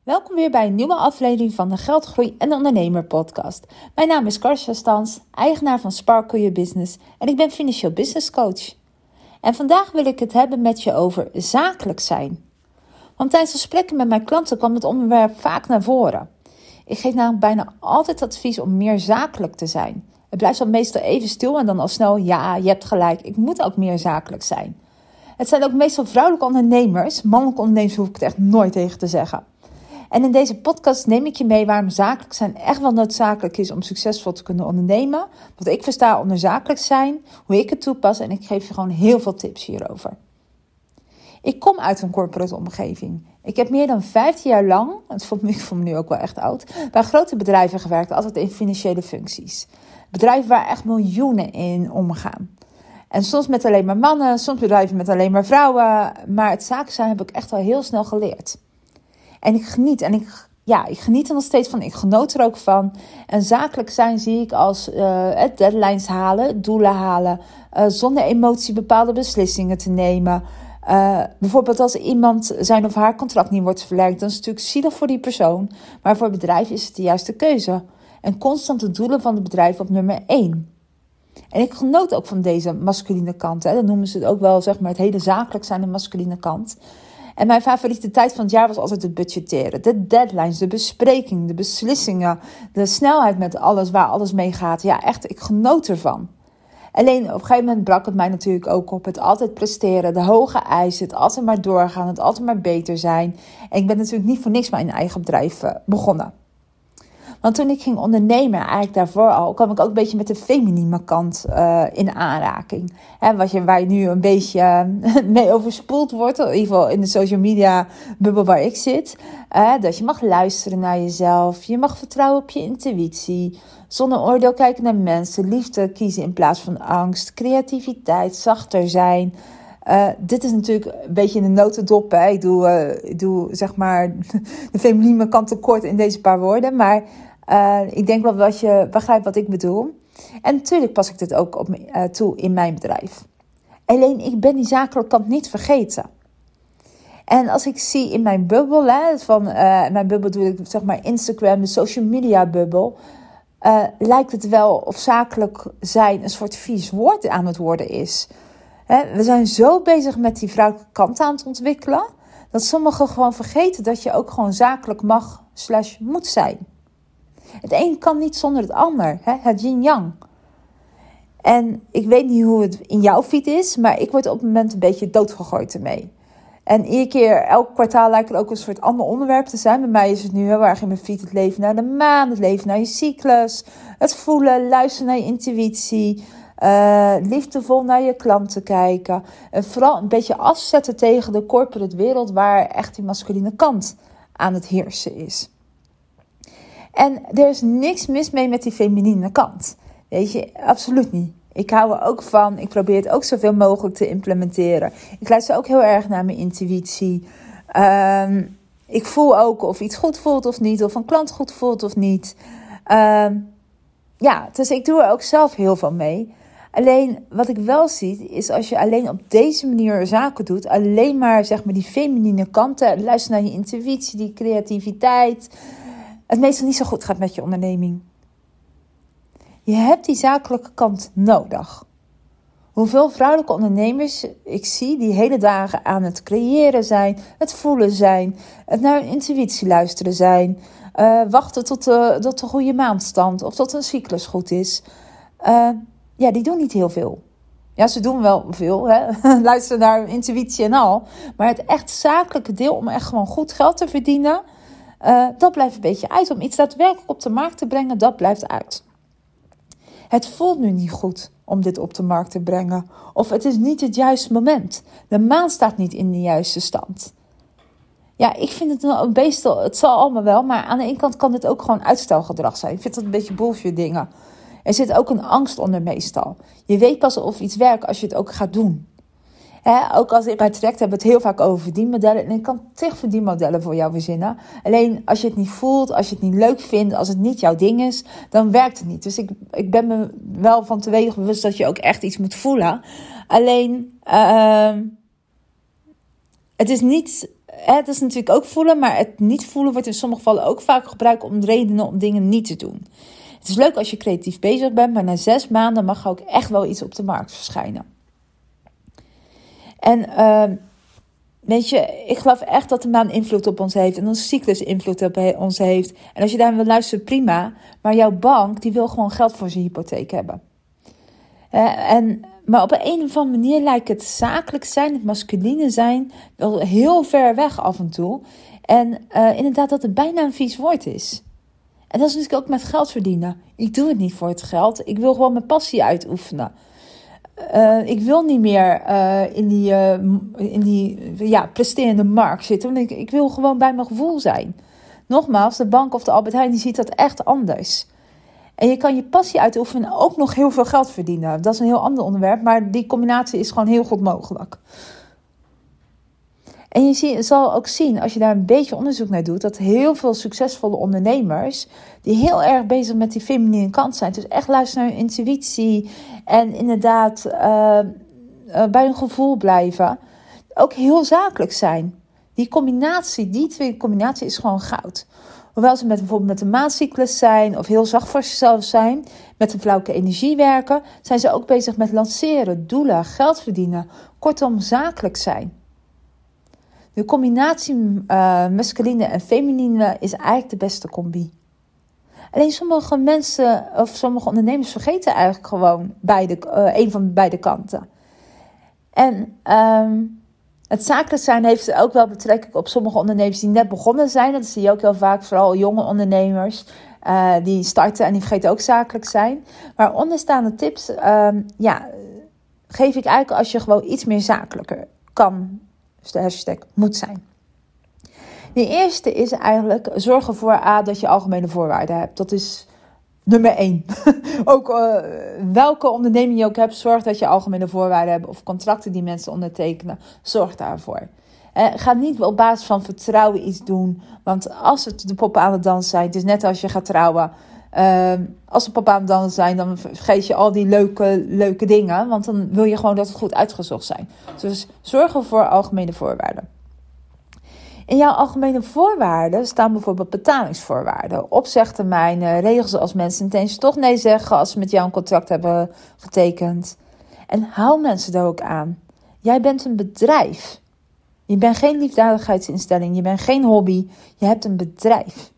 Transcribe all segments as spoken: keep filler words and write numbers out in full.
Welkom weer bij een nieuwe aflevering van de Geldgroei en Ondernemer podcast. Mijn naam is Karsja Stans, eigenaar van Sparkle Your Business en ik ben financieel business coach. En vandaag wil ik het hebben met je over zakelijk zijn. Want tijdens gesprekken met mijn klanten kwam het onderwerp vaak naar voren. Ik geef namelijk bijna altijd advies om meer zakelijk te zijn. Het blijft dan meestal even stil en dan al snel, ja, je hebt gelijk, ik moet ook meer zakelijk zijn. Het zijn ook meestal vrouwelijke ondernemers, mannelijke ondernemers hoef ik het echt nooit tegen te zeggen. En in deze podcast neem ik je mee waarom zakelijk zijn echt wel noodzakelijk is om succesvol te kunnen ondernemen. Wat ik versta onder zakelijk zijn, hoe ik het toepas en ik geef je gewoon heel veel tips hierover. Ik kom uit een corporate omgeving. Ik heb meer dan vijftien jaar lang, het voelt me, ik voel me nu ook wel echt oud, bij grote bedrijven gewerkt, altijd in financiële functies. Bedrijven waar echt miljoenen in omgaan. En soms met alleen maar mannen, soms bedrijven met alleen maar vrouwen. Maar het zakelijk zijn heb ik echt al heel snel geleerd. En ik geniet, en ik, ja, ik geniet er nog steeds van, ik genoot er ook van. En zakelijk zijn zie ik als uh, deadlines halen, doelen halen, uh, zonder emotie bepaalde beslissingen te nemen. Uh, bijvoorbeeld als iemand zijn of haar contract niet wordt verlengd, dan is het natuurlijk zielig voor die persoon. Maar voor het bedrijf is het de juiste keuze. En constant de doelen van het bedrijf op nummer één. En ik genoot ook van deze masculine kant. Hè. Dat noemen ze het ook wel, zeg maar, het hele zakelijk zijn de masculine kant. En mijn favoriete tijd van het jaar was altijd het budgetteren. De deadlines, de bespreking, de beslissingen, de snelheid met alles, waar alles mee gaat. Ja, echt, ik genoot ervan. Alleen op een gegeven moment brak het mij natuurlijk ook op. Het altijd presteren, de hoge eisen, het altijd maar doorgaan, het altijd maar beter zijn. En ik ben natuurlijk niet voor niks mijn eigen bedrijf uh, begonnen. Want toen ik ging ondernemen, eigenlijk daarvoor al, kwam ik ook een beetje met de feminine kant uh, in aanraking. Hè, wat je, waar je nu een beetje uh, mee overspoeld wordt, in ieder geval in de social media bubbel waar ik zit. Uh, dat je mag luisteren naar jezelf, je mag vertrouwen op je intuïtie, zonder oordeel kijken naar mensen, liefde kiezen in plaats van angst, creativiteit, zachter zijn. Uh, dit is natuurlijk een beetje in de notendop. Hè. Ik doe, uh, ik doe zeg maar de feminine kant tekort in deze paar woorden. Maar uh, ik denk wel dat je begrijpt wat ik bedoel. En natuurlijk pas ik dit ook op, uh, toe in mijn bedrijf. Alleen ik ben die zakelijke kant niet vergeten. En als ik zie in mijn bubbel, hè, van uh, mijn bubbel doe ik zeg maar Instagram, de social media bubbel. Uh, lijkt het wel of zakelijk zijn een soort vies woord aan het worden is. We zijn zo bezig met die vrouwelijke kant aan het ontwikkelen, dat sommigen gewoon vergeten dat je ook gewoon zakelijk mag slash moet zijn. Het een kan niet zonder het ander, hè? Het yin-yang. En ik weet niet hoe het in jouw feed is, maar ik word op het moment een beetje doodgegooid ermee. En iedere keer, elk kwartaal lijkt er ook een soort ander onderwerp te zijn. Bij mij is het nu heel erg in mijn feed het leven naar de maan, het leven naar je cyclus, het voelen, luisteren naar je intuïtie. Uh, liefdevol naar je klanten kijken. En vooral een beetje afzetten tegen de corporate wereld waar echt die masculine kant aan het heersen is. En er is niks mis mee met die feminine kant. Weet je, absoluut niet. Ik hou er ook van. Ik probeer het ook zoveel mogelijk te implementeren. Ik luister ook heel erg naar mijn intuïtie. Um, ik voel ook of iets goed voelt of niet. Of een klant goed voelt of niet. Um, ja, dus ik doe er ook zelf heel veel mee. Alleen wat ik wel zie is als je alleen op deze manier zaken doet, alleen maar zeg maar die feminine kanten, luister naar je intuïtie, die creativiteit, het meestal niet zo goed gaat met je onderneming. Je hebt die zakelijke kant nodig. Hoeveel vrouwelijke ondernemers ik zie die hele dagen aan het creëren zijn, het voelen zijn, het naar hun intuïtie luisteren zijn, uh, wachten tot de, tot de goede maandstand of tot een cyclus goed is. Uh, Ja, die doen niet heel veel. Ja, ze doen wel veel, hè? Luisteren naar hun intuïtie en al. Maar het echt zakelijke deel om echt gewoon goed geld te verdienen, uh, dat blijft een beetje uit. Om iets daadwerkelijk op de markt te brengen, dat blijft uit. Het voelt nu niet goed om dit op de markt te brengen. Of het is niet het juiste moment. De maan staat niet in de juiste stand. Ja, ik vind het een beestel, het zal allemaal wel. Maar aan de ene kant kan dit ook gewoon uitstelgedrag zijn. Ik vind dat een beetje bullshit dingen. Er zit ook een angst onder meestal. Je weet pas of iets werkt als je het ook gaat doen. He, ook als ik bij Traject heb het heel vaak over verdienmodellen. En ik kan tig verdienmodellen voor jou verzinnen. Alleen als je het niet voelt, als je het niet leuk vindt, als het niet jouw ding is, dan werkt het niet. Dus ik, ik ben me wel van teweeg bewust dat je ook echt iets moet voelen. Alleen, uh, het is niet het is natuurlijk ook voelen, maar het niet voelen wordt in sommige gevallen ook vaak gebruikt om redenen om dingen niet te doen. Het is leuk als je creatief bezig bent, maar na zes maanden mag er ook echt wel iets op de markt verschijnen. En uh, weet je, ik geloof echt dat de maan invloed op ons heeft en onze cyclus invloed op ons heeft. En als je daar wil luisteren, prima, maar jouw bank die wil gewoon geld voor zijn hypotheek hebben. Uh, en, maar op een of andere manier lijkt het zakelijk zijn, het masculine zijn, wel heel ver weg af en toe. En uh, inderdaad dat het bijna een vies woord is. En dat is natuurlijk ook met geld verdienen. Ik doe het niet voor het geld. Ik wil gewoon mijn passie uitoefenen. Uh, ik wil niet meer uh, in die, uh, in die ja, presterende markt zitten. Want ik, ik wil gewoon bij mijn gevoel zijn. Nogmaals, de bank of de Albert Heijn die ziet dat echt anders. En je kan je passie uitoefenen en ook nog heel veel geld verdienen. Dat is een heel ander onderwerp, maar die combinatie is gewoon heel goed mogelijk. En je zie, zal ook zien, als je daar een beetje onderzoek naar doet, dat heel veel succesvolle ondernemers, die heel erg bezig met die feminine kant zijn, dus echt luisteren naar hun intuïtie en inderdaad uh, uh, bij hun gevoel blijven, ook heel zakelijk zijn. Die combinatie, die twee combinatie is gewoon goud. Hoewel ze met, bijvoorbeeld met de maancyclus zijn of heel zacht voor zichzelf zijn, met een vrouwelijke energie werken, zijn ze ook bezig met lanceren, doelen, geld verdienen. Kortom, zakelijk zijn. De combinatie uh, masculine en feminine is eigenlijk de beste combi. Alleen sommige mensen of sommige ondernemers vergeten eigenlijk gewoon beide, uh, een van beide kanten. En um, het zakelijk zijn heeft ook wel betrekking op sommige ondernemers die net begonnen zijn. Dat zie je ook heel vaak, vooral jonge ondernemers uh, die starten en die vergeten ook zakelijk zijn. Maar onderstaande tips um, ja, geef ik eigenlijk als je gewoon iets meer zakelijker kan. Dus de hashtag moet zijn. De eerste is eigenlijk zorgen voor A, dat je algemene voorwaarden hebt. Dat is nummer één. ook uh, welke onderneming je ook hebt, zorg dat je algemene voorwaarden hebt. Of contracten die mensen ondertekenen. Zorg daarvoor. Eh, ga niet op basis van vertrouwen iets doen. Want als het de poppen aan het dansen zijn, het is net als je gaat trouwen. Uh, als de poppen aan het dansen zijn, dan vergeet je al die leuke, leuke dingen. Want dan wil je gewoon dat het goed uitgezocht zijn. Dus zorg voor algemene voorwaarden. In jouw algemene voorwaarden staan bijvoorbeeld betalingsvoorwaarden, opzegtermijnen, regels als mensen ineens toch nee zeggen als ze met jou een contract hebben getekend. En hou mensen daar ook aan. Jij bent een bedrijf. Je bent geen liefdadigheidsinstelling, je bent geen hobby, je hebt een bedrijf.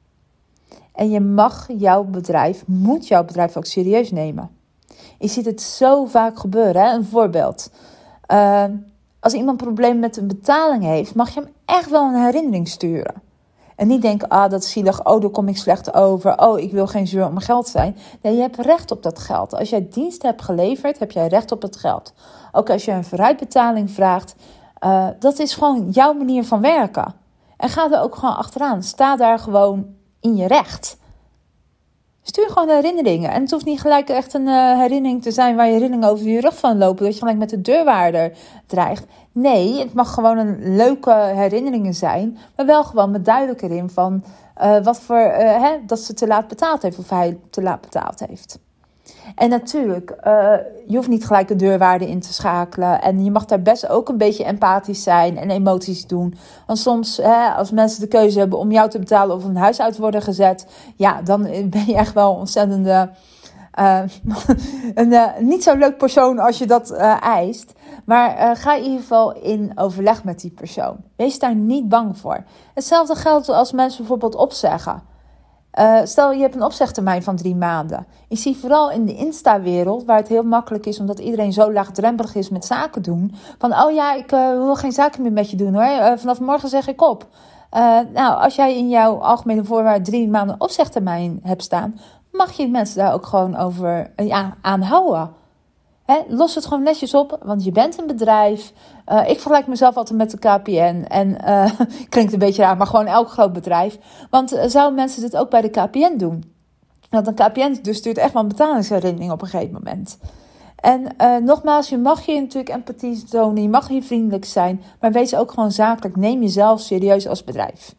En je mag jouw bedrijf, moet jouw bedrijf ook serieus nemen. Je ziet het zo vaak gebeuren. Hè? Een voorbeeld. Uh, als iemand een probleem met een betaling heeft, mag je hem echt wel een herinnering sturen. En niet denken, ah, dat is zielig, oh, daar kom ik slecht over. Oh, ik wil geen zeur om mijn geld zijn. Nee, je hebt recht op dat geld. Als jij dienst hebt geleverd, heb jij recht op het geld. Ook als je een vooruitbetaling vraagt, uh, dat is gewoon jouw manier van werken. En ga er ook gewoon achteraan. Sta daar gewoon in je recht. Stuur gewoon herinneringen. En het hoeft niet gelijk echt een uh, herinnering te zijn waar je rillingen over je rug van lopen. Dat je gelijk met de deurwaarder dreigt. Nee, het mag gewoon een leuke herinneringen zijn. Maar wel gewoon met duidelijk erin van uh, wat voor, uh, hè, dat ze te laat betaald heeft of hij te laat betaald heeft. En natuurlijk, uh, je hoeft niet gelijk een deurwaarde in te schakelen. En je mag daar best ook een beetje empathisch zijn en emoties doen. Want soms, hè, als mensen de keuze hebben om jou te betalen of een huis uit te worden gezet, ja, dan ben je echt wel een ontzettende, uh, een uh, niet zo leuk persoon als je dat uh, eist. Maar uh, ga in ieder geval in overleg met die persoon. Wees daar niet bang voor. Hetzelfde geldt als mensen bijvoorbeeld opzeggen. Uh, stel, je hebt een opzegtermijn van drie maanden. Ik zie vooral in de Insta-wereld, waar het heel makkelijk is, omdat iedereen zo laagdrempelig is met zaken doen. Van, oh ja, ik uh, wil geen zaken meer met je doen hoor. Uh, vanaf morgen zeg ik op. Uh, nou, als jij in jouw algemene voorwaarden drie maanden opzegtermijn hebt staan, mag je mensen daar ook gewoon over uh, ja, aan houden. He, los het gewoon netjes op, want je bent een bedrijf. Uh, ik vergelijk mezelf altijd met de K P N. En uh, klinkt een beetje raar, maar gewoon elk groot bedrijf. Want uh, zouden mensen dit ook bij de K P N doen? Want een K P N dus stuurt echt wel een betalingsherinnering op een gegeven moment. En uh, nogmaals, je mag je natuurlijk empathie tonen, je mag je vriendelijk zijn. Maar wees ook gewoon zakelijk, neem jezelf serieus als bedrijf.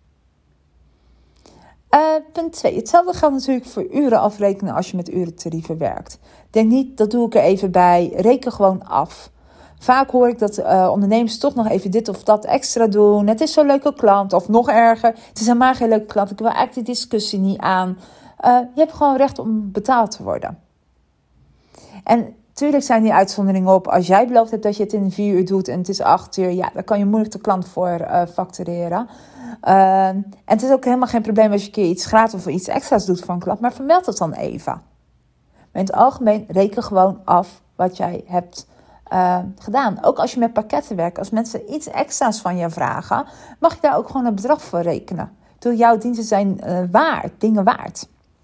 Uh, punt twee. Hetzelfde geldt natuurlijk voor uren afrekenen als je met urentarieven werkt. Denk niet, dat doe ik er even bij. Reken gewoon af. Vaak hoor ik dat uh, ondernemers toch nog even dit of dat extra doen. Het is zo'n leuke klant. Of nog erger, het is helemaal geen leuke klant. Ik wil eigenlijk die discussie niet aan. Uh, je hebt gewoon recht om betaald te worden. En natuurlijk zijn die uitzonderingen op. Als jij beloofd hebt dat je het in vier uur doet en het is acht uur. Ja, daar kan je moeilijk de klant voor uh, factureren. Uh, en het is ook helemaal geen probleem als je een keer iets gratis of iets extra's doet voor een klant. Maar vermeld het dan even. Maar in het algemeen reken gewoon af wat jij hebt uh, gedaan. Ook als je met pakketten werkt. Als mensen iets extra's van je vragen, mag je daar ook gewoon een bedrag voor rekenen. Door jouw diensten zijn uh, waard, dingen waard.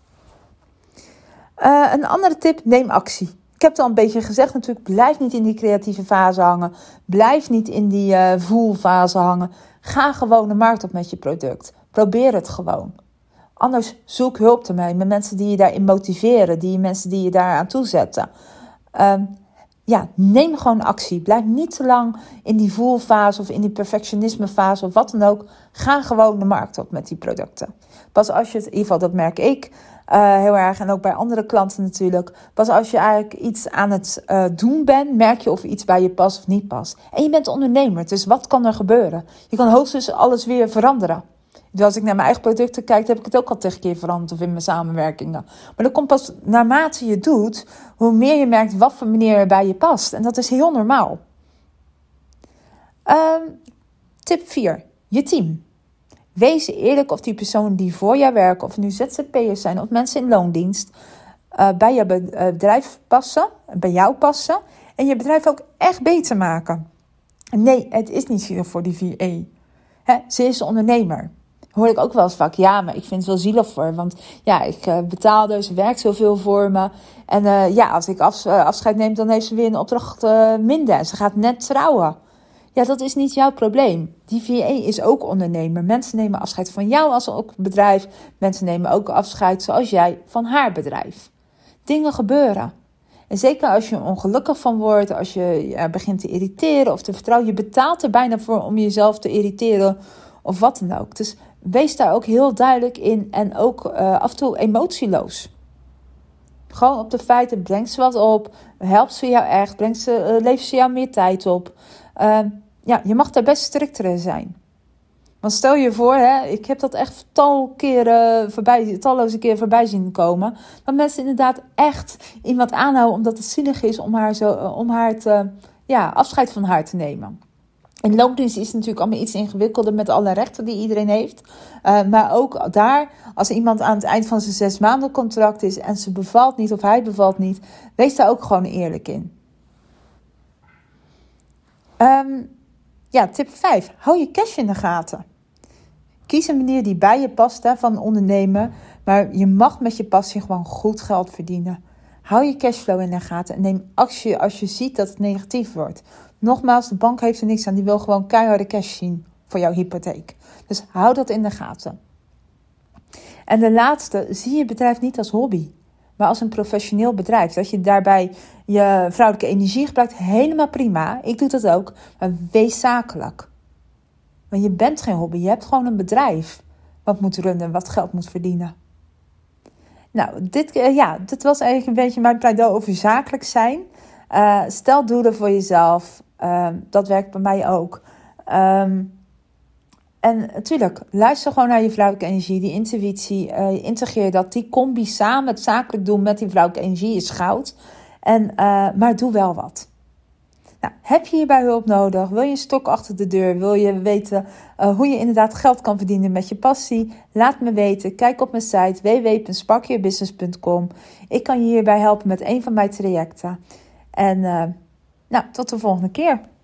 Uh, een andere tip, neem actie. Ik heb het al een beetje gezegd natuurlijk, blijf niet in die creatieve fase hangen. Blijf niet in die uh, voelfase hangen. Ga gewoon de markt op met je product. Probeer het gewoon. Anders zoek hulp ermee met mensen die je daarin motiveren. Die mensen die je daaraan toezetten. Um, ja, neem gewoon actie. Blijf niet te lang in die voelfase of in die perfectionismefase of wat dan ook. Ga gewoon de markt op met die producten. Pas als je het, in ieder geval dat merk ik uh, heel erg en ook bij andere klanten natuurlijk. Pas als je eigenlijk iets aan het uh, doen bent, merk je of iets bij je past of niet past. En je bent ondernemer, dus wat kan er gebeuren? Je kan hoogstens alles weer veranderen. Dus als ik naar mijn eigen producten kijk, heb ik het ook al tegen keer veranderd of in mijn samenwerkingen. Maar dat komt pas naarmate je doet, hoe meer je merkt wat voor manier er bij je past. En dat is heel normaal. Uh, tip vier. Je team. Wees eerlijk of die personen die voor jou werken, of nu Z Z P'ers zijn of mensen in loondienst, uh, bij je bedrijf passen, bij jou passen en je bedrijf ook echt beter maken. Nee, het is niet zielig voor die V A. Hè, ze is een ondernemer. Hoor ik ook wel eens vaak, ja, maar ik vind het wel zielig voor. Want ja, ik uh, betaal dus, ze werkt zoveel voor me. En uh, ja, als ik af, uh, afscheid neem, dan heeft ze weer een opdracht uh, minder. En ze gaat net trouwen. Ja, dat is niet jouw probleem. Die V A is ook ondernemer. Mensen nemen afscheid van jou als ook bedrijf. Mensen nemen ook afscheid, zoals jij, van haar bedrijf. Dingen gebeuren. En zeker als je er ongelukkig van wordt, als je ja, begint te irriteren of te vertrouwen. Je betaalt er bijna voor om jezelf te irriteren of wat dan ook. Dus wees daar ook heel duidelijk in en ook uh, af en toe emotieloos. Gewoon op de feiten, brengt ze wat op, helpt ze jou echt, brengt ze, uh, levert ze jou meer tijd op. Uh, ja, je mag daar best strikter in zijn. Want stel je voor, hè, ik heb dat echt tal keren voorbij, talloze keren voorbij zien komen, dat mensen inderdaad echt iemand aanhouden omdat het zinnig is om haar, zo, om haar te, ja, afscheid van haar te nemen. In loondienst is het natuurlijk allemaal iets ingewikkelder met alle rechten die iedereen heeft. Uh, maar ook daar, als iemand aan het eind van zijn zes maanden contract is en ze bevalt niet of hij bevalt niet, wees daar ook gewoon eerlijk in. Um, ja, tip vijf. Hou je cash in de gaten. Kies een manier die bij je past hè, van ondernemen. Maar je mag met je passie gewoon goed geld verdienen. Hou je cashflow in de gaten en neem actie als je ziet dat het negatief wordt. Nogmaals, de bank heeft er niks aan. Die wil gewoon keiharde cash zien voor jouw hypotheek. Dus hou dat in de gaten. En de laatste, zie je bedrijf niet als hobby, maar als een professioneel bedrijf. Dat je daarbij je vrouwelijke energie gebruikt, helemaal prima. Ik doe dat ook. Maar wees zakelijk. Want je bent geen hobby. Je hebt gewoon een bedrijf wat moet runnen, wat geld moet verdienen. Nou, dit, ja, dit was eigenlijk een beetje mijn pleidooi over zakelijk zijn. Uh, stel doelen voor jezelf. Uh, dat werkt bij mij ook. Um, en natuurlijk, luister gewoon naar je vrouwelijke energie, die intuïtie. Uh, integreer dat. Die combi samen, het zakelijk doen met die vrouwelijke energie is goud. En, uh, maar doe wel wat. Nou, heb je hierbij hulp nodig? Wil je een stok achter de deur? Wil je weten uh, hoe je inderdaad geld kan verdienen met je passie? Laat me weten. Kijk op mijn site w w w punt spark your business punt com. Ik kan je hierbij helpen met een van mijn trajecten. En uh, nou, tot de volgende keer.